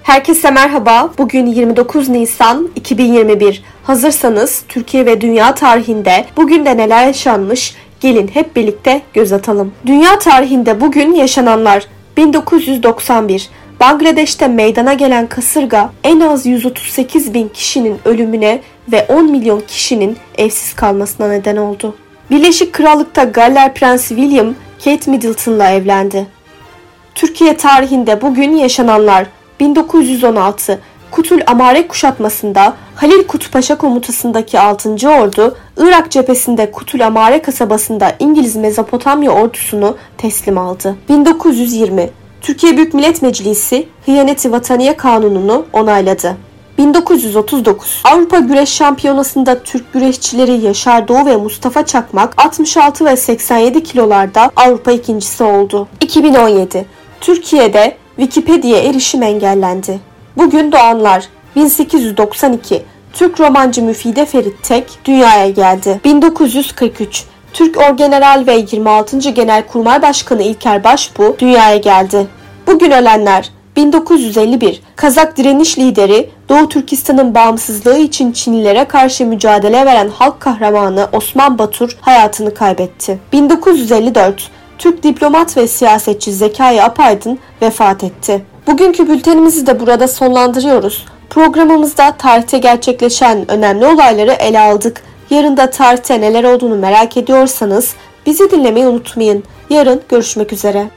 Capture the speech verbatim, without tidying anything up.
Herkese merhaba. Bugün yirmi dokuz Nisan iki bin yirmi bir. Hazırsanız Türkiye ve dünya tarihinde bugün de neler yaşanmış? Gelin hep birlikte göz atalım. Dünya tarihinde bugün yaşananlar: bin dokuz yüz doksan bir. Bangladeş'te meydana gelen kasırga en az yüz otuz sekiz bin kişinin ölümüne ve on milyon kişinin evsiz kalmasına neden oldu. Birleşik Krallık'ta Galler Prensi William, Kate Middleton'la evlendi. Türkiye tarihinde bugün yaşananlar: bin dokuz yüz on altı. Kutul Amare kuşatmasında Halil Kutpaşa komutasındaki altıncı. Ordu, Irak cephesinde Kutul Amare kasabasında İngiliz Mezopotamya ordusunu teslim aldı. bin dokuz yüz yirmi. Türkiye Büyük Millet Meclisi Hıyanet-i Vataniye Kanunu'nu onayladı. bin dokuz yüz otuz dokuz. Avrupa Güreş Şampiyonası'nda Türk güreşçileri Yaşar Doğu ve Mustafa Çakmak altmış altı ve seksen yedi kilolarda Avrupa ikincisi oldu. iki bin on yedi. Türkiye'de Wikipedia'ya erişim engellendi. Bugün doğanlar: bin sekiz yüz doksan iki. Türk romancı Müfide Ferit Tek dünyaya geldi. bin dokuz yüz kırk üç. Türk Orgeneral ve yirmi altıncı. Genelkurmay Başkanı İlker Başbuğ dünyaya geldi. Bugün ölenler: bin dokuz yüz elli bir. Kazak direniş lideri, Doğu Türkistan'ın bağımsızlığı için Çinlilere karşı mücadele veren halk kahramanı Osman Batur hayatını kaybetti. bin dokuz yüz elli dört. Türk diplomat ve siyasetçi Zekai Apaydın vefat etti. Bugünkü bültenimizi de burada sonlandırıyoruz. Programımızda tarihte gerçekleşen önemli olayları ele aldık. Yarın da tarihte neler olduğunu merak ediyorsanız bizi dinlemeyi unutmayın. Yarın görüşmek üzere.